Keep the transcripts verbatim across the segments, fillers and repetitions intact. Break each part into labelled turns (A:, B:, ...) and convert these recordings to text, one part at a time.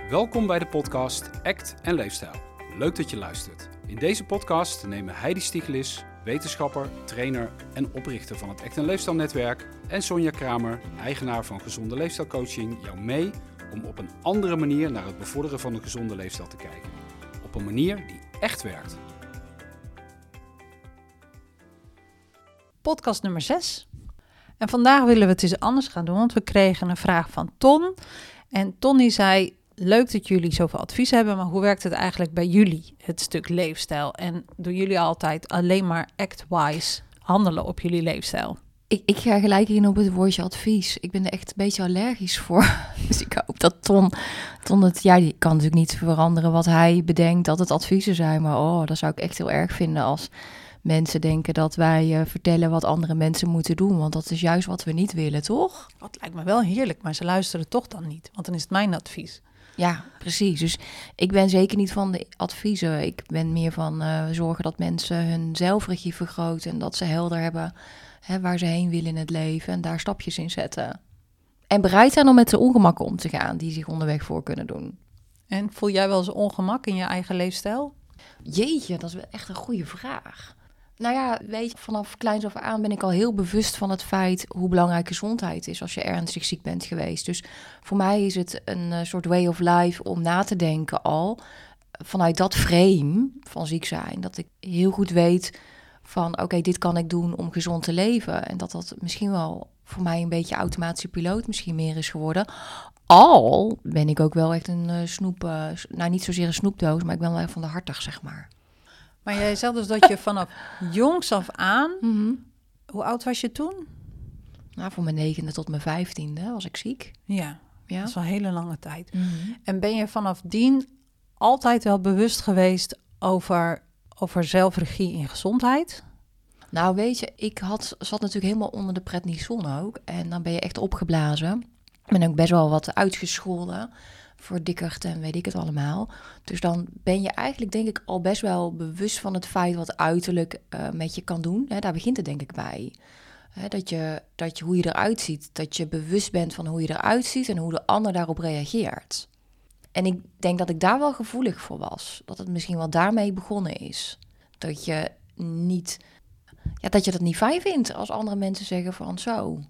A: Welkom bij de podcast Act en Leefstijl. Leuk dat je luistert. In deze podcast nemen Heidi Stiegelis, wetenschapper, trainer en oprichter van het Act en Leefstijl netwerk, en Sonja Kramer, eigenaar van Gezonde Leefstijlcoaching, jou mee om op een andere manier naar het bevorderen van een gezonde leefstijl te kijken. Op een manier die echt werkt.
B: Podcast nummer zes. En vandaag willen we het eens anders gaan doen, want we kregen een vraag van Ton. En Ton die zei, leuk dat jullie zoveel advies hebben, maar hoe werkt het eigenlijk bij jullie, het stuk leefstijl? En doen jullie altijd alleen maar act-wise handelen op jullie leefstijl?
C: Ik, ik ga gelijk in op het woordje advies. Ik ben er echt een beetje allergisch voor. Dus ik hoop dat Ton, Ton het... Ja, die kan natuurlijk niet veranderen wat hij bedenkt dat het adviezen zijn. Maar oh, dat zou ik echt heel erg vinden als mensen denken dat wij uh, vertellen wat andere mensen moeten doen. Want dat is juist wat we niet willen, toch?
B: Dat lijkt me wel heerlijk, maar ze luisteren toch dan niet. Want dan is het mijn advies.
C: Ja, precies. Dus ik ben zeker niet van de adviezen. Ik ben meer van uh, zorgen dat mensen hun zelfregie vergroten en dat ze helder hebben hè, waar ze heen willen in het leven en daar stapjes in zetten. En bereid zijn om met de ongemakken om te gaan die zich onderweg voor kunnen doen.
B: En voel jij wel eens ongemak in je eigen leefstijl?
C: Jeetje, dat is wel echt een goede vraag. Nou ja, weet je, vanaf kleins af aan ben ik al heel bewust van het feit hoe belangrijk gezondheid is als je ernstig ziek bent geweest. Dus voor mij is het een uh, soort way of life om na te denken al vanuit dat frame van ziek zijn. Dat ik heel goed weet van oké, okay, dit kan ik doen om gezond te leven. En dat dat misschien wel voor mij een beetje automatische piloot misschien meer is geworden. Al ben ik ook wel echt een uh, snoep, uh, nou niet zozeer een snoepdoos, maar ik ben wel echt van de hartig, zeg maar.
B: Maar jij zei dus dat je vanaf jongs af aan...
C: Mm-hmm.
B: Hoe oud was je toen?
C: Nou, van mijn negende tot mijn vijftiende was ik ziek.
B: Ja,
C: ja.
B: Dat is wel een hele lange tijd.
C: Mm-hmm.
B: En ben je vanaf dien altijd wel bewust geweest over, over zelfregie in gezondheid?
C: Nou, weet je, ik had, zat natuurlijk helemaal onder de prednison ook. En dan ben je echt opgeblazen. Ik ben ook best wel wat uitgescholden voor dikkerd en weet ik het allemaal. Dus dan ben je eigenlijk denk ik al best wel bewust van het feit wat uiterlijk uh, met je kan doen. Hè, daar begint het denk ik bij. Hè, dat je, dat je hoe je eruit ziet, dat je bewust bent van hoe je eruit ziet en hoe de ander daarop reageert. En ik denk dat ik daar wel gevoelig voor was. Dat het misschien wel daarmee begonnen is. Dat je niet, ja, dat je dat niet fijn vindt als andere mensen zeggen van zo.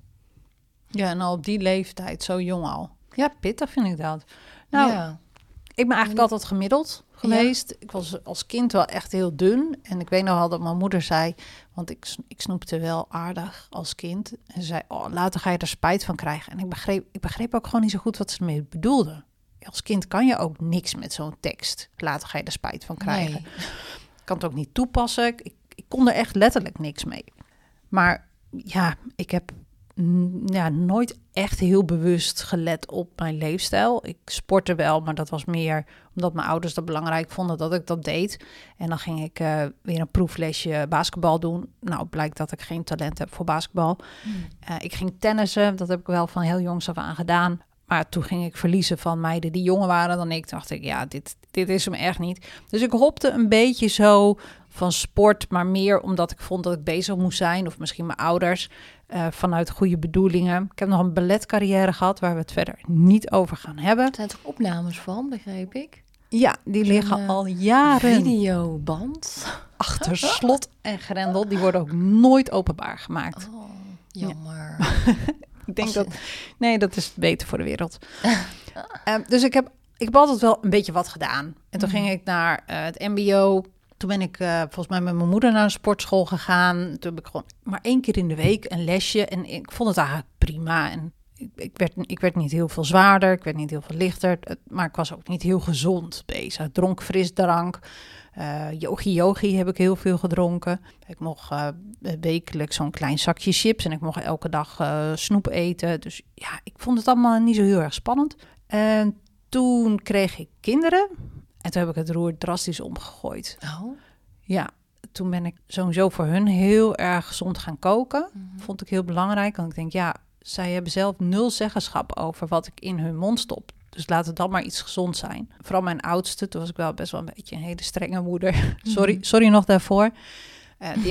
B: Ja, en al op die leeftijd, zo jong al. Ja, pittig vind ik dat. Nou,
C: ja.
B: Ik ben eigenlijk altijd gemiddeld geweest. Ja. Ik was als kind wel echt heel dun. En ik weet nog wel dat mijn moeder zei, want ik, ik snoepte wel aardig als kind. En ze zei, oh, later ga je er spijt van krijgen. En ik begreep, ik begreep ook gewoon niet zo goed wat ze ermee bedoelde. Als kind kan je ook niks met zo'n tekst. Later ga je er spijt van krijgen. Nee. Ik kan het ook niet toepassen. Ik, ik kon er echt letterlijk niks mee. Maar ja, ik heb ja, nooit echt heel bewust gelet op mijn leefstijl. Ik sportte wel, maar dat was meer omdat mijn ouders dat belangrijk vonden dat ik dat deed. En dan ging ik uh, weer een proeflesje basketbal doen. Nou, blijkt dat ik geen talent heb voor basketbal. Mm. Uh, ik ging tennissen, dat heb ik wel van heel jongs af aan gedaan. Maar toen ging ik verliezen van meiden die jonger waren dan ik. Toen dacht ik, ja, dit, dit is hem echt niet. Dus ik hopte een beetje zo van sport, maar meer omdat ik vond dat ik bezig moest zijn. Of misschien mijn ouders, uh, vanuit goede bedoelingen. Ik heb nog een balletcarrière gehad, waar we het verder niet over gaan hebben.
C: Er zijn toch opnames van, begreep ik?
B: Ja, die Zo'n, liggen uh, al jaren.
C: Videoband.
B: Achter slot en grendel. Die worden ook nooit openbaar gemaakt.
C: Oh, jammer.
B: Ja. Ik denk dat, nee, dat is beter voor de wereld. uh, dus ik heb, ik heb altijd wel een beetje wat gedaan. En toen mm. ging ik naar uh, het mbo. Toen ben ik uh, volgens mij met mijn moeder naar een sportschool gegaan. Toen heb ik gewoon maar één keer in de week een lesje. En ik vond het eigenlijk prima. En ik, ik, werd, ik werd niet heel veel zwaarder. Ik werd niet heel veel lichter. Maar ik was ook niet heel gezond bezig. Ik dronk frisdrank. Uh, yogi yogi heb ik heel veel gedronken. Ik mocht uh, wekelijks zo'n klein zakje chips. En ik mocht elke dag uh, snoep eten. Dus ja, ik vond het allemaal niet zo heel erg spannend. En toen kreeg ik kinderen. En toen heb ik het roer drastisch omgegooid.
C: Oh.
B: Ja, toen ben ik sowieso voor hun heel erg gezond gaan koken. Mm-hmm. Vond ik heel belangrijk. Want ik denk, ja, zij hebben zelf nul zeggenschap over wat ik in hun mond stop. Dus laat het dan maar iets gezond zijn. Vooral mijn oudste, toen was ik wel best wel een beetje een hele strenge moeder. Sorry, mm-hmm. sorry nog daarvoor. Uh, die heb ik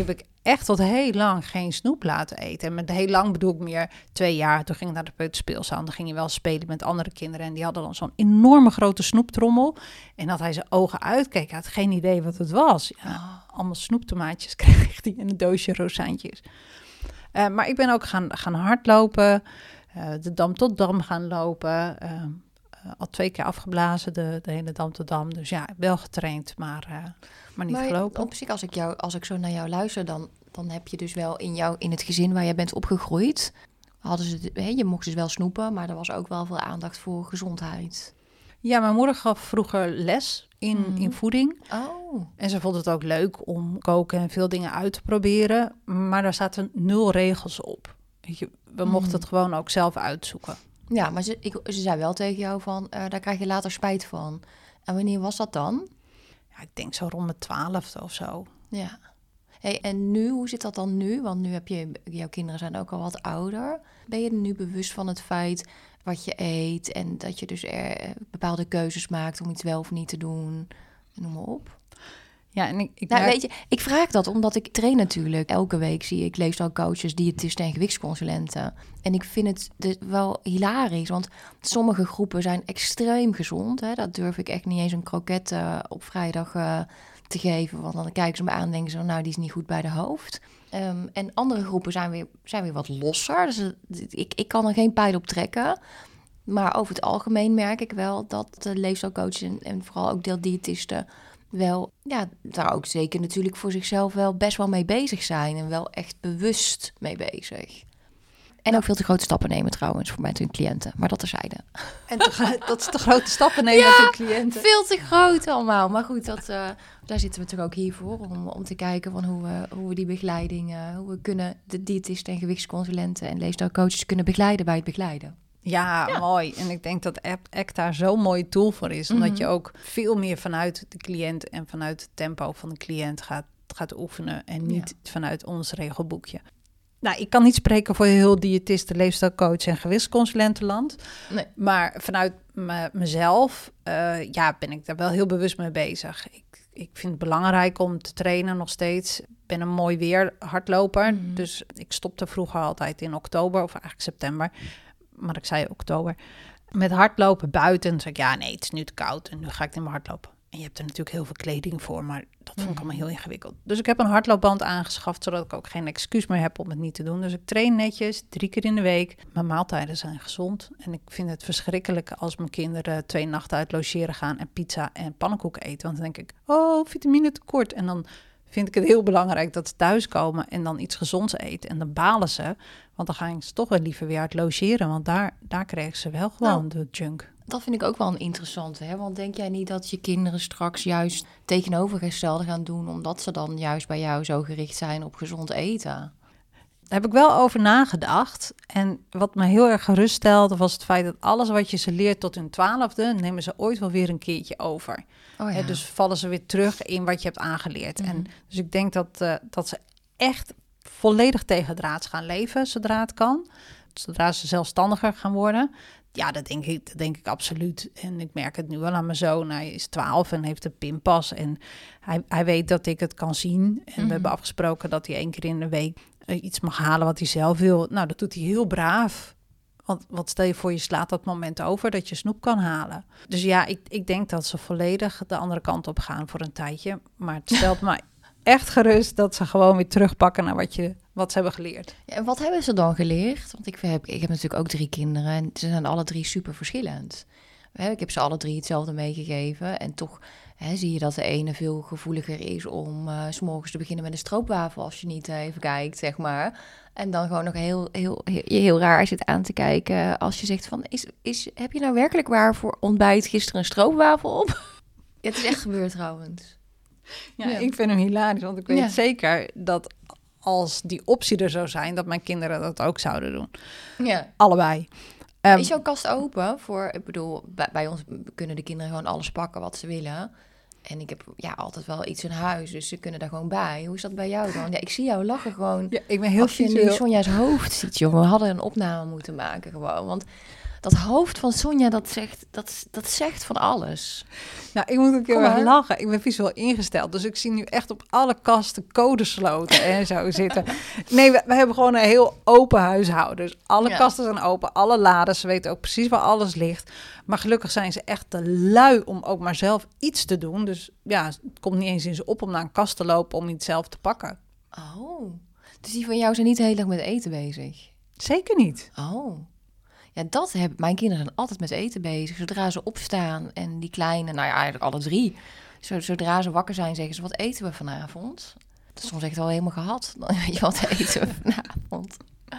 B: echt tot heel lang geen snoep laten eten. En met heel lang bedoel ik meer twee jaar. Toen ging ik naar de peuterspeelzaal. Dan ging je wel spelen met andere kinderen. En die hadden dan zo'n enorme grote snoeptrommel. En dat hij zijn ogen uitkeek. Hij had geen idee wat het was. Ja, oh. Allemaal snoeptomaatjes kreeg hij in een doosje rozijntjes. Uh, maar ik ben ook gaan, gaan hardlopen. Uh, de Dam tot Dam gaan lopen. Uh, uh, al twee keer afgeblazen, de, de hele Dam tot Dam. Dus ja, wel getraind, maar, uh, maar niet maar gelopen.
C: Op zich, als ik, jou, als ik zo naar jou luister, dan, dan heb je dus wel in, jou, in het gezin waar jij bent opgegroeid, hadden ze, hè, je mocht dus wel snoepen, maar er was ook wel veel aandacht voor gezondheid.
B: Ja, mijn moeder gaf vroeger les in, mm. in voeding.
C: Oh.
B: En ze vond het ook leuk om koken en veel dingen uit te proberen. Maar daar zaten nul regels op. Je, we mm. mochten het gewoon ook zelf uitzoeken.
C: Ja, maar ze, ik, ze zei wel tegen jou van, uh, daar krijg je later spijt van. En wanneer was dat dan?
B: Ja, ik denk zo rond mijn twaalfde of zo.
C: Ja. Hey, en nu, hoe zit dat dan nu? Want nu heb je, jouw kinderen zijn ook al wat ouder. Ben je er nu bewust van het feit wat je eet en dat je dus er bepaalde keuzes maakt om iets wel of niet te doen? Noem maar op.
B: Ja, en ik, ik
C: nou,
B: merk...
C: weet je, ik vraag dat omdat ik train natuurlijk. Elke week zie ik leefstijlcoaches, diëtisten en gewichtsconsulenten. En ik vind het dus wel hilarisch, want sommige groepen zijn extreem gezond. Hè? Dat durf ik echt niet eens een kroket uh, op vrijdag uh, te geven. Want dan kijken ze me aan en denken ze, nou, die is niet goed bij de hoofd. Um, en andere groepen zijn weer, zijn weer wat losser. Dus uh, ik, ik kan er geen pijl op trekken. Maar over het algemeen merk ik wel dat de leefstijlcoaches en, en vooral ook de diëtisten wel, ja, daar ook zeker natuurlijk voor zichzelf wel best wel mee bezig zijn. En wel echt bewust mee bezig. En ook veel te grote stappen nemen trouwens voor mijn cliënten. Maar dat terzijde.
B: En te, dat is te grote stappen nemen
C: ja,
B: met de cliënten.
C: Veel te groot allemaal. Maar goed, dat, uh, daar zitten we natuurlijk ook hier voor. Om, om te kijken van hoe we, hoe we die begeleiding, uh, hoe we kunnen de diëtisten en gewichtsconsulenten en leefstijlcoaches kunnen begeleiden bij het begeleiden.
B: Ja, ja, mooi. En ik denk dat A C T daar zo'n mooie tool voor is. Omdat mm-hmm. je ook veel meer vanuit de cliënt en vanuit het tempo van de cliënt gaat, gaat oefenen. En niet ja. vanuit ons regelboekje. Nou, ik kan niet spreken voor heel diëtisten, leefstijlcoach en gewichtsconsulentenland. Nee. Maar vanuit me, mezelf uh, ja, ben ik daar wel heel bewust mee bezig. Ik, ik vind het belangrijk om te trainen nog steeds. Ik ben een mooi weer hardloper. Mm-hmm. Dus ik stopte vroeger altijd in oktober of eigenlijk september. Maar ik zei oktober. Met hardlopen buiten. Dan zei ik, ja nee, het is nu te koud. En nu ga ik niet meer hardlopen. En je hebt er natuurlijk heel veel kleding voor. Maar dat vond ik allemaal heel ingewikkeld. Dus ik heb een hardloopband aangeschaft. Zodat ik ook geen excuus meer heb om het niet te doen. Dus ik train netjes, drie keer in de week. Mijn maaltijden zijn gezond. En ik vind het verschrikkelijk als mijn kinderen twee nachten uit logeren gaan. En pizza en pannenkoeken eten. Want dan denk ik, oh, vitamine tekort. En dan vind ik het heel belangrijk dat ze thuiskomen en dan iets gezonds eten. En dan balen ze, want dan gaan ze toch wel liever weer uit logeren. Want daar, daar kregen ze wel gewoon nou, de junk.
C: Dat vind ik ook wel een interessante. Hè? Want denk jij niet dat je kinderen straks juist tegenovergestelde gaan doen, omdat ze dan juist bij jou zo gericht zijn op gezond eten?
B: Daar heb ik wel over nagedacht. En wat me heel erg geruststelde was het feit dat alles wat je ze leert tot hun twaalfde, nemen ze ooit wel weer een keertje over. Oh ja. He, dus vallen ze weer terug in wat je hebt aangeleerd. Mm-hmm. En dus ik denk dat, uh, dat ze echt volledig tegendraads gaan leven, zodra het kan. Zodra ze zelfstandiger gaan worden. Ja, dat denk ik, dat denk ik absoluut. En ik merk het nu wel aan mijn zoon. Hij is twaalf en heeft een pinpas. En hij, hij weet dat ik het kan zien. En mm-hmm. we hebben afgesproken dat hij één keer in de week uh, iets mag halen wat hij zelf wil. Nou, dat doet hij heel braaf. Want wat stel je voor, je slaat dat moment over dat je snoep kan halen. Dus ja, ik, ik denk dat ze volledig de andere kant op gaan voor een tijdje. Maar het stelt mij echt gerust dat ze gewoon weer terugpakken naar wat, je, wat ze hebben geleerd.
C: Ja, en wat hebben ze dan geleerd? Want ik heb, ik heb natuurlijk ook drie kinderen en ze zijn alle drie super verschillend. Ik heb ze alle drie hetzelfde meegegeven en toch hè, zie je dat de ene veel gevoeliger is om uh, 's morgens te beginnen met een stroopwafel als je niet uh, even kijkt, zeg maar. En dan gewoon nog heel, heel, heel, heel raar zit aan te kijken als je zegt van, is, is, heb je nou werkelijk waar voor ontbijt gisteren een stroopwafel op? Ja, het is echt gebeurd trouwens.
B: Ja, ja, ik vind hem hilarisch, want ik weet ja. zeker dat als die optie er zou zijn, dat mijn kinderen dat ook zouden doen. Ja. Allebei.
C: Um, is jouw kast open voor, ik bedoel, bij, bij ons kunnen de kinderen gewoon alles pakken wat ze willen. En ik heb ja altijd wel iets in huis, dus ze kunnen daar gewoon bij. Hoe is dat bij jou dan? Ja, ik zie jou lachen gewoon.
B: Ja, ik ben heel
C: als je nu Sonja's hoofd ziet, jongen. We hadden een opname moeten maken gewoon, want Dat hoofd van Sonja, dat zegt, dat, dat zegt van alles.
B: Nou, ik moet ook heel
C: Kom
B: erg
C: maar.
B: lachen. Ik ben visueel ingesteld, dus ik zie nu echt op alle kasten codesloten en zo zitten. Nee, we, we hebben gewoon een heel open huishouden. Dus alle
C: Ja.
B: kasten zijn open, alle laden. Ze weten ook precies waar alles ligt. Maar gelukkig zijn ze echt te lui om ook maar zelf iets te doen. Dus ja, het komt niet eens in ze op om naar een kast te lopen om iets zelf te pakken.
C: Oh, dus die van jou zijn niet de hele dag met eten bezig?
B: Zeker niet.
C: Oh. Ja, dat hebben mijn kinderen zijn altijd met eten bezig. Zodra ze opstaan en die kleine, nou ja, eigenlijk alle drie. Zodra ze wakker zijn, zeggen ze, wat eten we vanavond? Dat is soms echt wel helemaal gehad. Dan weet je, wat eten we vanavond?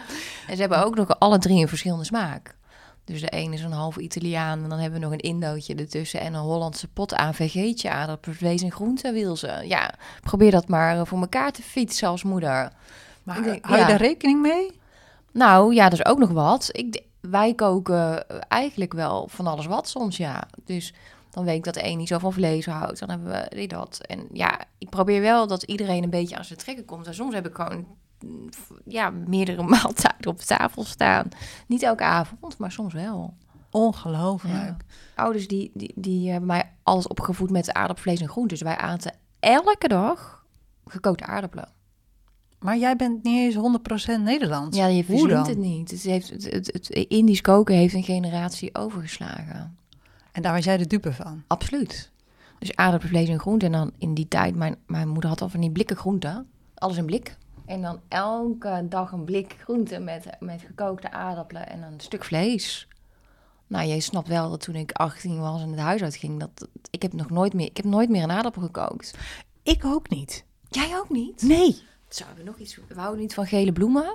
C: En ze hebben ook nog alle drie een verschillende smaak. Dus de een is een half Italiaan en dan hebben we nog een Indootje ertussen en een Hollandse pot A V G'tje, aardappelvlees en groenten wil ze. Ja, probeer dat maar voor elkaar te fietsen als moeder.
B: Maar
C: Ik denk,
B: hou je
C: ja.
B: daar rekening mee?
C: Nou ja, dat is ook nog wat. Ik, d- wij koken eigenlijk wel van alles wat soms, ja. Dus dan weet ik dat de een niet zo van vlees houdt. Dan hebben we dit, dat. En ja, ik probeer wel dat iedereen een beetje aan zijn trekken komt. En soms heb ik gewoon mm, ja, meerdere maaltijden op tafel staan. Niet elke avond, maar soms wel.
B: Ongelooflijk.
C: Ja. Ouders die, die, die hebben mij alles opgevoed met aardappelvlees en groenten. Dus wij aten elke dag gekookte aardappelen.
B: Maar jij bent niet eens honderd procent Nederlands.
C: Ja, je
B: Hoe
C: verzint
B: dan?
C: het niet. Het, heeft, het, het, het Indisch koken heeft een generatie overgeslagen.
B: En daar was jij de dupe van.
C: Absoluut. Dus aardappelvlees en groenten. En dan in die tijd, mijn, mijn moeder had al van die blikken groenten. Alles in blik. En dan elke dag een blik groenten met, met gekookte aardappelen en een stuk vlees. Nou, je snapt wel dat toen ik achttien was en het huis uitging, dat ik heb nog nooit meer, ik heb nooit meer een aardappel gekookt.
B: Ik ook niet.
C: Jij ook niet?
B: Nee.
C: Zo, hebben we nog iets. We houden niet van gele bloemen.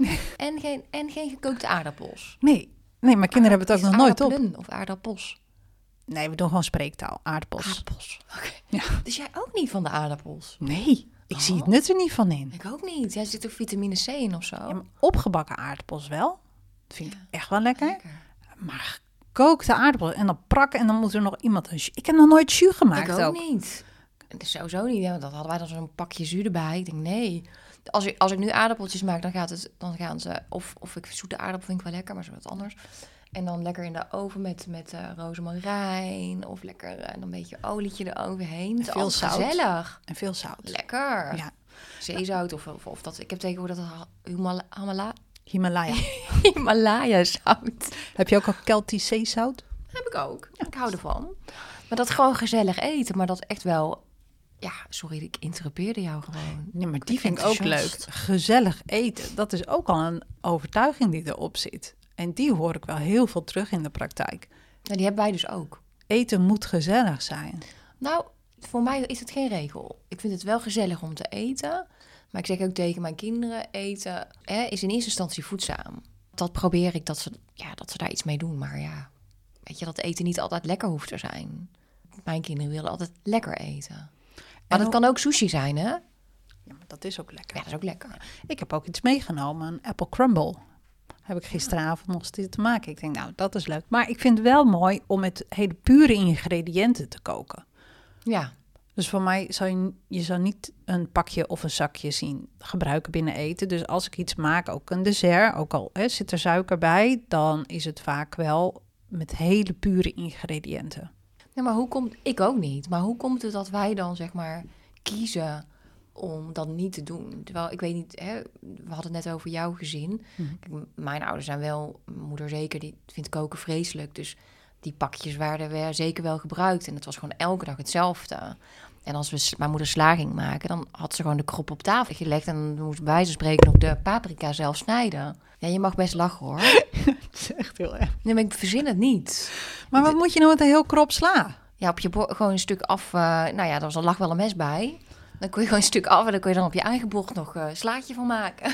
C: En geen, en geen gekookte aardappels.
B: Nee. Nee, mijn kinderen hebben het ook nog nooit op.
C: Aardappelen of aardappels.
B: Nee, we doen gewoon spreektaal. Aardappels.
C: Aardappels. Oké.
B: Ja.
C: Dus jij ook niet van de aardappels?
B: Nee, ik
C: Oh.
B: zie het nut er niet van in.
C: Ik ook niet. Jij zit er vitamine C in of zo.
B: Ja, maar opgebakken aardappels wel. Dat vind ik
C: Ja.
B: echt wel lekker.
C: Lekker.
B: Maar gekookte aardappels en dan prakken en dan moet er nog iemand een jus. Ik heb nog nooit jus gemaakt
C: Ik ook,
B: ook.
C: niet. Het is sowieso niet. Ja, dat hadden wij dan zo'n pakje zuur erbij. Ik denk, nee. Als ik, als ik nu aardappeltjes maak, dan, gaat het, dan gaan ze... Of, of ik zoete aardappel vind ik wel lekker, maar zo wat anders. En dan lekker in de oven met, met uh, rozemarijn. Of lekker uh, een beetje olietje eroverheen. Het is
B: Veel
C: altijd
B: zout.
C: gezellig.
B: En veel zout.
C: Lekker.
B: Ja.
C: Zeezout of, of, of dat... Ik heb tegenwoordig dat Himala- Himalaya,
B: Himalaya.
C: Himalaya zout.
B: Heb je ook al Keltisch zeezout?
C: Heb ik ook. Ik hou ervan. Maar dat gewoon gezellig eten. Maar dat echt wel... Ja, sorry, ik interrupeerde jou gewoon.
B: Nee, maar
C: Ik
B: die
C: ben
B: vind ik ook leuk.
C: enthousiast.
B: Gezellig eten. Dat is ook al een overtuiging die erop zit. En die hoor ik wel heel veel terug in de praktijk.
C: Nou, die hebben wij dus ook.
B: Eten moet gezellig zijn.
C: Nou, voor mij is het geen regel. Ik vind het wel gezellig om te eten. Maar ik zeg ook tegen mijn kinderen, eten hè, is in eerste instantie voedzaam. Dat probeer ik, dat ze, ja, dat ze daar iets mee doen. Maar ja, weet je, dat eten niet altijd lekker hoeft te zijn. Mijn kinderen willen altijd lekker eten. Maar dat
B: hoe-
C: kan ook sushi zijn, hè? Ja,
B: Ja, maar dat is ook lekker.
C: dat is ook lekker.
B: Ik heb ook iets meegenomen, een apple crumble. Heb ik gisteravond nog zitten te maken. Ik denk, nou, dat is leuk. Maar ik vind het wel mooi om met hele pure ingrediënten te koken.
C: Ja,
B: Dus voor mij zou je, je zou niet een pakje of een zakje zien gebruiken binnen eten. Dus als ik iets maak, ook een dessert, ook al hè, zit er suiker bij, dan is het vaak wel met hele pure ingrediënten.
C: nee, maar hoe komt... Ik ook niet. Maar hoe komt het dat wij dan, zeg maar, kiezen om dat niet te doen? Terwijl, ik weet niet, hè, we hadden het net over jouw gezin.
B: Mhm.
C: Kijk, m- mijn ouders zijn wel, mijn moeder zeker, die vindt koken vreselijk. Dus die pakjes werden we zeker wel gebruikt. En het was gewoon elke dag hetzelfde. En als we s- mijn moeder sla ging maken, dan had ze gewoon de krop op tafel gelegd. En dan moest bij wijze van spreken nog de paprika zelf snijden. Ja, je mag best lachen, hoor.
B: Dat is echt heel erg.
C: Nee, maar ik verzin het niet.
B: Maar wat moet je nou met een heel krop sla?
C: Ja, op je bord gewoon een stuk af. Uh, nou ja, er lag wel een mes bij. Dan kon je gewoon een stuk af en dan kon je dan op je eigen bord nog een uh, slaatje van maken.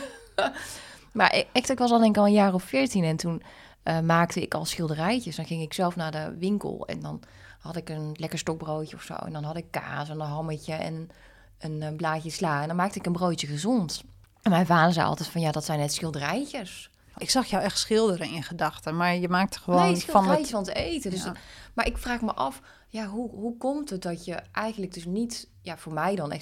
C: Maar ik, echt, ik was al denk ik al een jaar of veertien en toen uh, maakte ik al schilderijtjes. Dan ging ik zelf naar de winkel en dan had ik een lekker stokbroodje of zo. En dan had ik kaas en een hammetje en een uh, blaadje sla. En dan maakte ik een broodje gezond. En mijn vader zei altijd van ja, dat zijn net schilderijtjes.
B: Ik zag jou echt schilderen in gedachten, maar je maakt gewoon
C: Nee,
B: van
C: schilderijtjes
B: het...
C: van te eten. Dus
B: Ja.
C: dat- maar ik vraag me af, ja, hoe, hoe komt het dat je eigenlijk dus niet... Ja, voor mij dan echt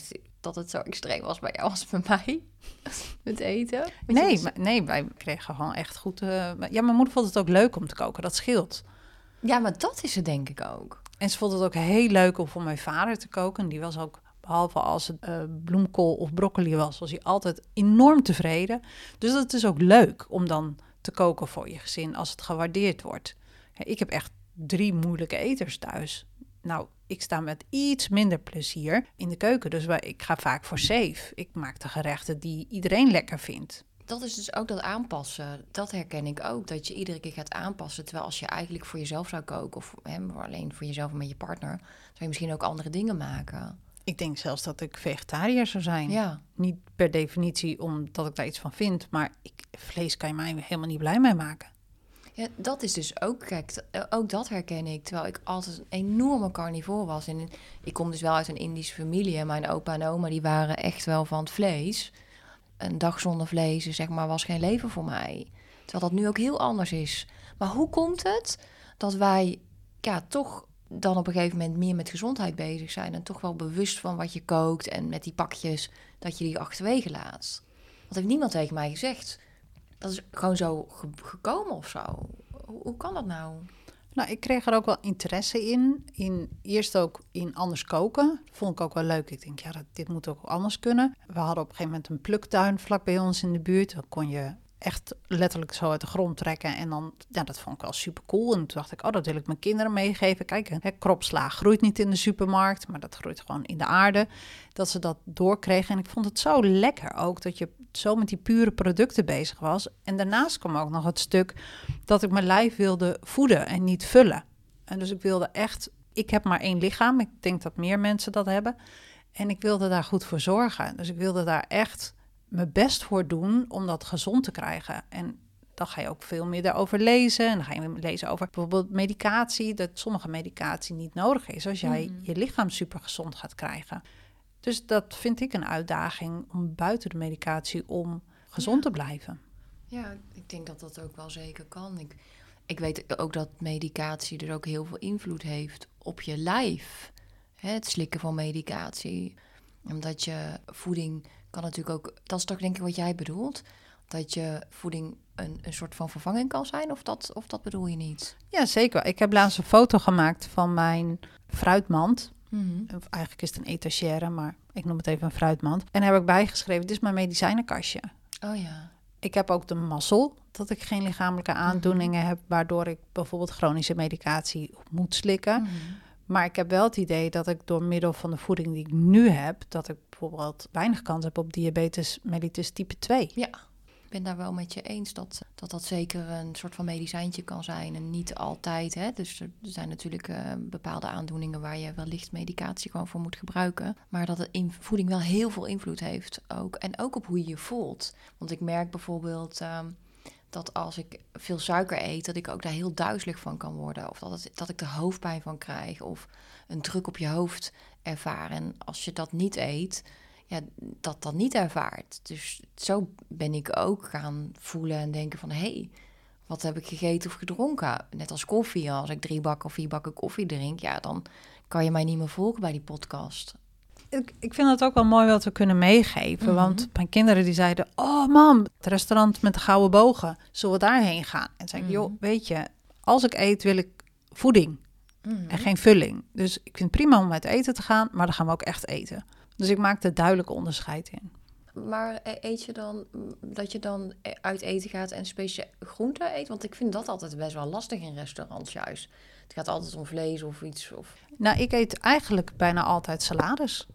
C: dat het zo extreem was bij jou als bij mij. Met eten.
B: Nee,
C: was...
B: maar, nee, wij kregen gewoon echt goed... Uh, ja, mijn moeder vond het ook leuk om te koken. Dat scheelt.
C: Ja, maar dat is het denk ik ook.
B: En ze vond het ook heel leuk om voor mijn vader te koken. Die was ook, behalve als het uh, bloemkool of broccoli was... was hij altijd enorm tevreden. Dus het is ook leuk om dan te koken voor je gezin... als het gewaardeerd wordt. Ja, ik heb echt drie moeilijke eters thuis. Nou, ik sta met iets minder plezier in de keuken. Dus wij, ik ga vaak voor safe. Ik maak de gerechten die iedereen lekker vindt.
C: Dat is dus ook dat aanpassen. Dat herken ik ook. Dat je iedere keer gaat aanpassen. Terwijl als je eigenlijk voor jezelf zou koken... of hè, alleen voor jezelf en met je partner... zou je misschien ook andere dingen maken.
B: Ik denk zelfs dat ik vegetariër zou zijn.
C: Ja.
B: Niet per definitie omdat ik daar iets van vind... maar ik, vlees kan je mij helemaal niet blij mee maken.
C: Ja, dat is dus ook, kijk, ook dat herken ik. Terwijl ik altijd een enorme carnivore was. En ik kom dus wel uit een Indische familie. En mijn opa en oma, die waren echt wel van het vlees. Een dag zonder vlees, zeg maar, was geen leven voor mij. Terwijl dat nu ook heel anders is. Maar hoe komt het dat wij ja, toch dan op een gegeven moment meer met gezondheid bezig zijn... en toch wel bewust van wat je kookt en met die pakjes dat je die achterwege laat? Dat heeft niemand tegen mij gezegd. Dat is gewoon zo ge- gekomen of zo. Hoe, hoe kan dat nou?
B: Nou, ik kreeg er ook wel interesse in. in. Eerst ook in anders koken. Vond ik ook wel leuk. Ik denk, ja, dat, dit moet ook anders kunnen. We hadden op een gegeven moment een pluktuin vlak bij ons in de buurt. Dan kon je echt letterlijk zo uit de grond trekken. En dan, ja, dat vond ik wel super cool. En toen dacht ik, oh, dat wil ik mijn kinderen meegeven. Kijk, hè, kropsla groeit niet in de supermarkt, maar dat groeit gewoon in de aarde. Dat ze dat doorkregen. En ik vond het zo lekker ook, dat je zo met die pure producten bezig was. En daarnaast kwam ook nog het stuk dat ik mijn lijf wilde voeden en niet vullen. En dus ik wilde echt, ik heb maar één lichaam. Ik denk dat meer mensen dat hebben. En ik wilde daar goed voor zorgen. Dus ik wilde daar echt mijn best voor doen om dat gezond te krijgen. En dan ga je ook veel meer daarover lezen. En dan ga je lezen over bijvoorbeeld medicatie. Dat sommige medicatie niet nodig is als jij mm. je lichaam super gezond gaat krijgen. Dus dat vind ik een uitdaging om buiten de medicatie om gezond ja. te blijven.
C: Ja, ik denk dat dat ook wel zeker kan. Ik, ik weet ook dat medicatie dus ook heel veel invloed heeft op je lijf. Hè, het slikken van medicatie. Omdat je voeding kan natuurlijk ook... Dat is toch denk ik wat jij bedoelt? Dat je voeding een, een soort van vervanging kan zijn? Of dat, of dat bedoel je niet?
B: Ja, zeker. Ik heb laatst een foto gemaakt van mijn fruitmand.
C: Mm-hmm.
B: Eigenlijk is het een etagère, maar ik noem het even een fruitmand. En daar heb ik bijgeschreven, dit is mijn medicijnenkastje.
C: Oh ja.
B: Ik heb ook de mazzel dat ik geen lichamelijke aandoeningen mm-hmm. heb, waardoor ik bijvoorbeeld chronische medicatie moet slikken.
C: Mm-hmm.
B: Maar ik heb wel het idee dat ik door middel van de voeding die ik nu heb, dat ik bijvoorbeeld weinig kans heb op diabetes mellitus type twee.
C: Ja, ik ben daar wel met je eens dat dat, dat zeker een soort van medicijntje kan zijn en niet altijd. Hè? Dus er zijn natuurlijk uh, bepaalde aandoeningen waar je wellicht medicatie gewoon voor moet gebruiken. Maar dat het in voeding wel heel veel invloed heeft ook. En ook op hoe je je voelt. Want ik merk bijvoorbeeld Uh, dat als ik veel suiker eet, dat ik ook daar heel duizelig van kan worden. Of dat, het, dat ik er hoofdpijn van krijg. Of een druk op je hoofd ervaar. En als je dat niet eet, ja, dat dan niet ervaart. Dus zo ben ik ook gaan voelen en denken van... hé, hey, wat heb ik gegeten of gedronken? Net als koffie. Als ik drie bakken of vier bakken koffie drink, ja, dan kan je mij niet meer volgen bij die podcast.
B: Ik, ik vind het ook wel mooi wat we kunnen meegeven.
C: Mm-hmm.
B: Want mijn kinderen die zeiden... oh mam, het restaurant met de gouden bogen. Zullen we daarheen gaan? En zei ik,
C: Mm-hmm.
B: joh, weet je... als ik eet wil ik voeding.
C: Mm-hmm.
B: En geen vulling. Dus ik vind het prima om uit eten te gaan... maar dan gaan we ook echt eten. Dus ik maak er duidelijk onderscheid in.
C: Maar eet je dan dat je dan uit eten gaat en speciaal groenten eet? Want ik vind dat altijd best wel lastig in restaurants juist. Het gaat altijd om vlees of iets. Of...
B: Nou, ik eet eigenlijk bijna altijd salades.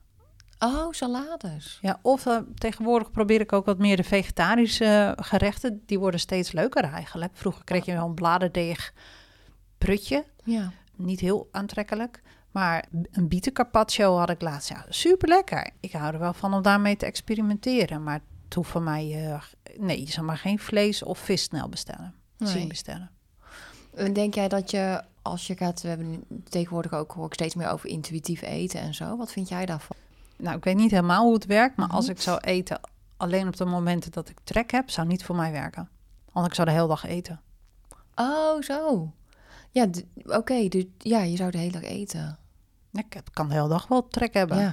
C: Oh, salades.
B: Ja, of uh, tegenwoordig probeer ik ook wat meer de vegetarische gerechten. Die worden steeds leuker eigenlijk. Vroeger kreeg je wel een bladerdeeg prutje.
C: Ja.
B: Niet heel aantrekkelijk. Maar een bietencarpaccio had ik laatst. Ja, super lekker. Ik hou er wel van om daarmee te experimenteren. Maar het hoeft van mij... Uh, nee, je zal maar geen vlees of vis snel bestellen.
C: Nee.
B: Zien bestellen.
C: En denk jij dat je, als je gaat... We hebben tegenwoordig ook, hoor ik steeds meer over intuïtief eten en zo. Wat vind jij daarvan?
B: Nou, ik weet niet helemaal hoe het werkt. Maar
C: Mm-hmm.
B: als ik zou eten alleen op de momenten dat ik trek heb... zou niet voor mij werken. Want ik zou de hele dag eten.
C: Oh, zo. Ja, d- oké. Okay, dus ja, je zou de hele dag eten.
B: Ik kan de hele dag wel trek hebben.
C: Ja.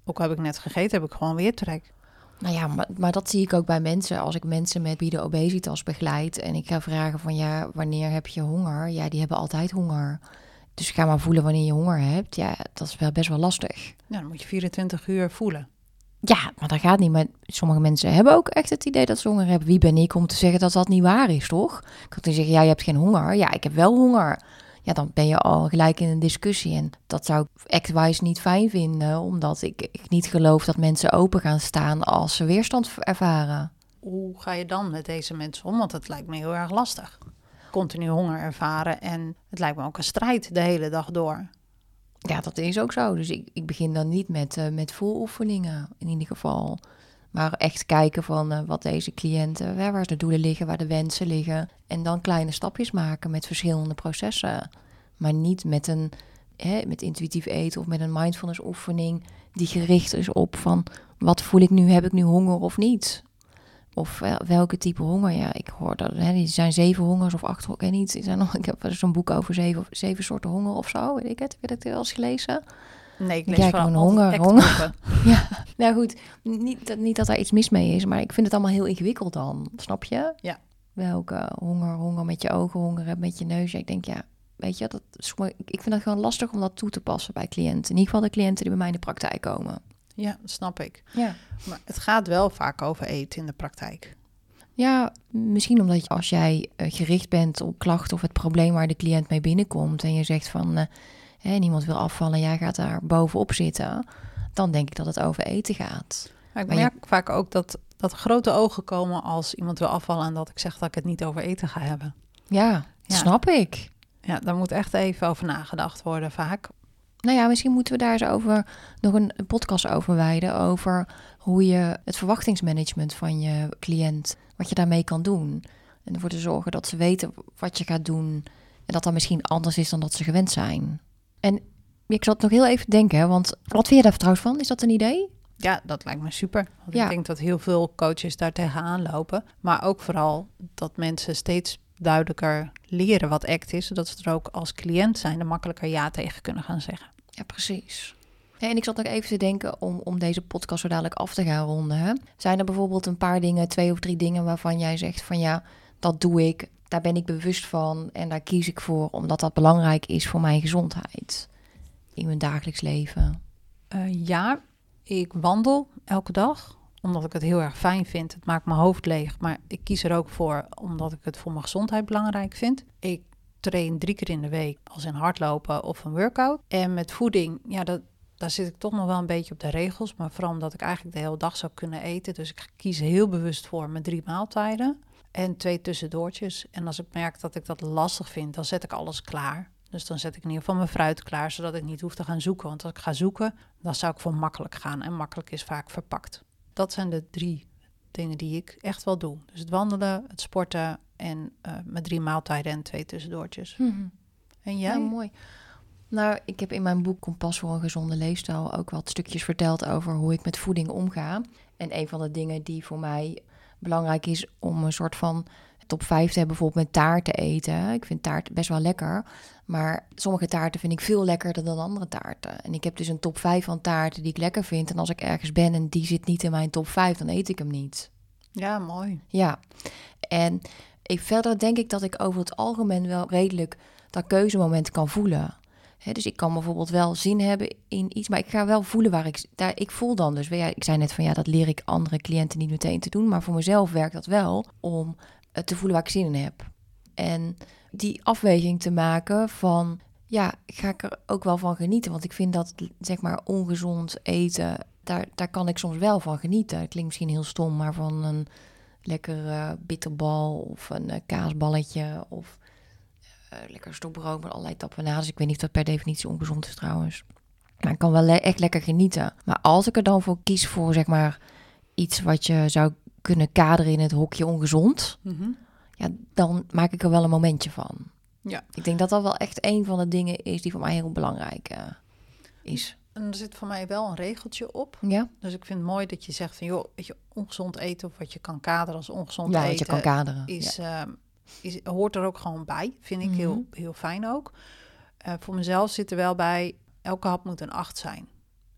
B: Ook al heb ik net gegeten, heb ik gewoon weer trek.
C: Nou ja, maar, maar dat zie ik ook bij mensen. Als ik mensen met bieden obesitas begeleid en ik ga vragen van ja, wanneer heb je honger? Ja, die hebben altijd honger. Dus ga maar voelen wanneer je honger hebt. Ja, dat is wel best wel lastig.
B: Ja, dan moet je vierentwintig uur voelen.
C: Ja, maar dat gaat niet. Maar sommige mensen hebben ook echt het idee dat ze honger hebben. Wie ben ik om te zeggen dat dat niet waar is, toch? Ik kan niet zeggen, ja, je hebt geen honger. Ja, ik heb wel honger. Ja, dan ben je al gelijk in een discussie. En dat zou ik act-wise niet fijn vinden. Omdat ik, ik niet geloof dat mensen open gaan staan als ze weerstand ervaren.
B: Hoe ga je dan met deze mensen om? Want het lijkt me heel erg lastig. Continu honger ervaren en het lijkt me ook een strijd de hele dag door.
C: Ja, dat is ook zo. Dus ik, ik begin dan niet met, uh, met vooroefeningen in ieder geval. Maar echt kijken van uh, wat deze cliënten, waar, waar de doelen liggen, waar de wensen liggen. En dan kleine stapjes maken met verschillende processen. Maar niet met een hè, met intuïtief eten of met een mindfulness oefening die gericht is op van wat voel ik nu, heb ik nu honger of niet? Of wel, welke type honger? Ja, ik hoor dat hè, die zijn zeven hongers of acht, ik weet niet. Er zijn nog, ik heb zo'n boek over zeven, zeven soorten honger of zo. Weet ik het? Heb je dat wel eens gelezen?
B: Nee, ik lees
C: Kijk,
B: vooral
C: honger, honger. Ja, nou goed, niet dat, niet dat daar iets mis mee is, maar ik vind het allemaal heel ingewikkeld dan, snap je?
B: Ja.
C: Welke honger, honger met je ogen, honger hebt met je neus. Ja, ik denk, ja, weet je, dat is, ik vind het gewoon lastig om dat toe te passen bij cliënten. In ieder geval de cliënten die bij mij in de praktijk komen.
B: Ja, dat snap ik.
C: Ja.
B: Maar het gaat wel vaak over eten in de praktijk.
C: Ja, misschien omdat je, als jij uh, gericht bent op klachten of het probleem waar de cliënt mee binnenkomt en je zegt van uh, hè, niemand wil afvallen, jij gaat daar bovenop zitten, dan denk ik dat het over eten gaat.
B: Maar ik
C: maar
B: merk
C: je...
B: vaak ook dat, dat grote ogen komen als iemand wil afvallen en dat ik zeg dat ik het niet over eten ga hebben.
C: Ja, dat
B: Ja.
C: snap ik.
B: Ja, daar moet echt even over nagedacht worden vaak.
C: Nou ja, misschien moeten we daar eens over nog een, een podcast over wijden. Over hoe je het verwachtingsmanagement van je cliënt, wat je daarmee kan doen. En ervoor te zorgen dat ze weten wat je gaat doen. En dat dat misschien anders is dan dat ze gewend zijn. En ik zat nog heel even denken, hè, want wat vind je daar trouwens van? Is dat een idee?
B: Ja, dat lijkt me super. Want
C: Ja.
B: ik denk dat heel veel coaches daar tegenaan lopen. Maar ook vooral dat mensen steeds duidelijker leren wat ACT is. Zodat ze er ook als cliënt zijn er makkelijker ja tegen kunnen gaan zeggen.
C: Ja, precies. Ja, en ik zat nog even te denken om, om deze podcast zo dadelijk af te gaan ronden. Hè? Zijn er bijvoorbeeld een paar dingen, twee of drie dingen waarvan jij zegt van ja, dat doe ik. Daar ben ik bewust van en daar kies ik voor omdat dat belangrijk is voor mijn gezondheid in mijn dagelijks leven.
B: Uh, ja, ik wandel elke dag. Omdat ik het heel erg fijn vind. Het maakt mijn hoofd leeg. Maar ik kies er ook voor omdat ik het voor mijn gezondheid belangrijk vind. Ik train drie keer in de week als in hardlopen of een workout. En met voeding, ja, dat, daar zit ik toch nog wel een beetje op de regels. Maar vooral omdat ik eigenlijk de hele dag zou kunnen eten. Dus ik kies heel bewust voor mijn drie maaltijden. En twee tussendoortjes. En als ik merk dat ik dat lastig vind, dan zet ik alles klaar. Dus dan zet ik in ieder geval mijn fruit klaar, zodat ik niet hoef te gaan zoeken. Want als ik ga zoeken, dan zou ik voor makkelijk gaan. En makkelijk is vaak verpakt. Dat zijn de drie dingen die ik echt wel doe. Dus het wandelen, het sporten en uh, mijn drie maaltijden en twee tussendoortjes.
C: Mm-hmm.
B: En jij?
C: Ja, mooi. Nou, ik heb in mijn boek Kompas voor een gezonde leefstijl ook wat stukjes verteld over hoe ik met voeding omga. En een van de dingen die voor mij belangrijk is om een soort van top vijf te hebben, bijvoorbeeld met taart te eten. Ik vind taart best wel lekker, maar sommige taarten vind ik veel lekkerder dan andere taarten. En ik heb dus een top vijf van taarten die ik lekker vind. En als ik ergens ben en die zit niet in mijn top vijf, dan eet ik hem niet.
B: Ja, mooi.
C: Ja, en ik, verder denk ik dat ik over het algemeen wel redelijk dat keuzemoment kan voelen. He, dus ik kan bijvoorbeeld wel zin hebben in iets, maar ik ga wel voelen waar ik... Daar, ik voel dan dus, ja, ik zei net van ja, dat leer ik andere cliënten niet meteen te doen. Maar voor mezelf werkt dat wel om te voelen waar ik zin in heb. En die afweging te maken van, ja, ga ik er ook wel van genieten. Want ik vind dat, zeg maar, ongezond eten, daar, daar kan ik soms wel van genieten. Het klinkt misschien heel stom, maar van een lekker uh, bitterbal of een uh, kaasballetje of uh, lekker stokbrood met allerlei tapenades. Ik weet niet of dat per definitie ongezond is trouwens. Maar ik kan wel le- echt lekker genieten. Maar als ik er dan voor kies voor, zeg maar, iets wat je zou kunnen kaderen in het hokje ongezond,
B: Mm-hmm.
C: ja, dan maak ik er wel een momentje van.
B: Ja.
C: Ik denk dat dat wel echt een van de dingen is die voor mij heel belangrijk uh, is.
B: En er zit voor mij wel een regeltje op.
C: Ja?
B: Dus ik vind het mooi dat je zegt van, joh, weet je, ongezond eten of wat je kan kaderen als ongezond
C: Ja,
B: eten.
C: wat je kan kaderen.
B: Is,
C: Ja.
B: uh, is, hoort er ook gewoon bij. Vind ik
C: Mm-hmm.
B: heel, heel fijn ook. Uh, voor mezelf zit er wel bij, elke hap moet een acht zijn.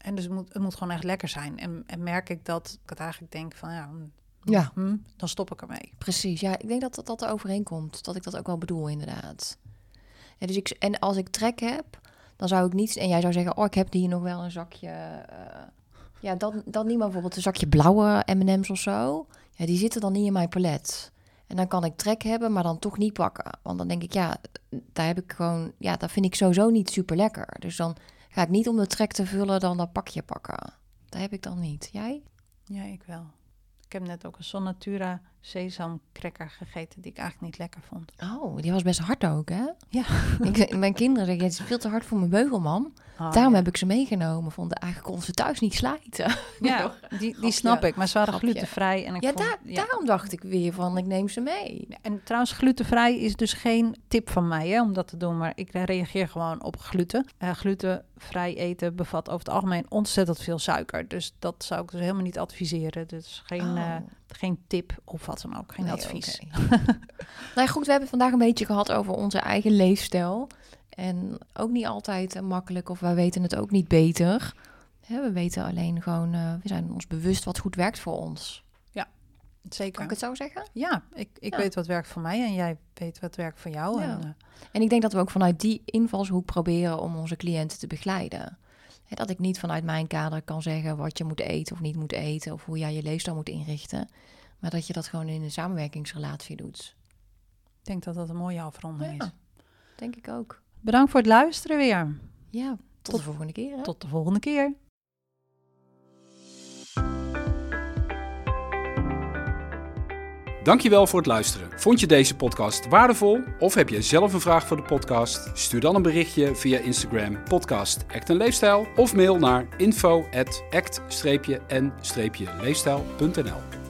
B: En dus het moet, het moet gewoon echt lekker zijn. En, en merk ik dat ik het eigenlijk denk van ja,
C: Ja.
B: hm, dan stop ik ermee.
C: Precies, ja, ik denk dat dat, dat er overheen komt. Dat ik dat ook wel bedoel, inderdaad. Ja, dus ik, en als ik trek heb, dan zou ik niet... En jij zou zeggen, oh, ik heb hier nog wel een zakje... Uh, ja, dan, dan niet maar bijvoorbeeld een zakje blauwe M en M's of zo. Ja, die zitten dan niet in mijn palet. En dan kan ik trek hebben, maar dan toch niet pakken. Want dan denk ik, ja, daar heb ik gewoon... Ja, dat vind ik sowieso niet super lekker. Dus dan ga ik niet om de trek te vullen dan dat pakje pakken. Dat heb ik dan niet. Jij?
B: Ja, ik wel. Ik heb net ook een Son Natura sesamcracker gegeten die ik eigenlijk niet lekker vond.
C: Oh, die was best hard ook, hè?
B: Ja.
C: Ik, mijn kinderen zeggen, het is veel te hard voor mijn beugelman.
B: Oh,
C: Daarom
B: ja.
C: heb ik ze meegenomen. Vonden eigenlijk kon ze thuis niet slijten.
B: Ja, die, die
C: Grapje.
B: snap ik. Maar ze waren
C: Grapje.
B: glutenvrij. En ik
C: Ja,
B: vond,
C: daar,
B: ja.
C: daarom dacht ik weer van, ik neem ze mee.
B: Ja, en trouwens, glutenvrij is dus geen tip van mij hè, om dat te doen. Maar ik reageer gewoon op gluten. Uh, glutenvrij eten bevat over het algemeen ontzettend veel suiker. Dus dat zou ik dus helemaal niet adviseren. Dus geen,
C: Oh.
B: uh, geen tip of wat dan ook. Geen
C: Nee,
B: advies.
C: oké. Nou goed, we hebben het vandaag een beetje gehad over onze eigen leefstijl. En ook niet altijd uh, makkelijk of wij weten het ook niet beter. Hè, we weten alleen gewoon, uh, we zijn ons bewust wat goed werkt voor ons.
B: Zeker.
C: Kan ik het zo zeggen?
B: Ja, ik, ik
C: Ja.
B: weet wat werkt voor mij en jij weet wat werkt voor jou.
C: Ja.
B: En, uh,
C: En ik denk dat we ook vanuit die invalshoek proberen om onze cliënten te begeleiden. Hè, dat ik niet vanuit mijn kader kan zeggen wat je moet eten of niet moet eten. Of hoe jij je leefstijl moet inrichten. Maar dat je dat gewoon in een samenwerkingsrelatie doet.
B: ik denk dat dat een mooie afronding
C: Ja.
B: is.
C: Denk ik ook.
B: Bedankt voor het luisteren weer.
C: Ja, tot,
B: Tot-
C: de volgende keer. Hè?
B: Tot de volgende keer.
A: Dankjewel voor het luisteren. Vond je deze podcast waardevol? Of heb je zelf een vraag voor de podcast? Stuur dan een berichtje via Instagram podcast Act en Leefstijl of mail naar info at act en leefstijl punt n l.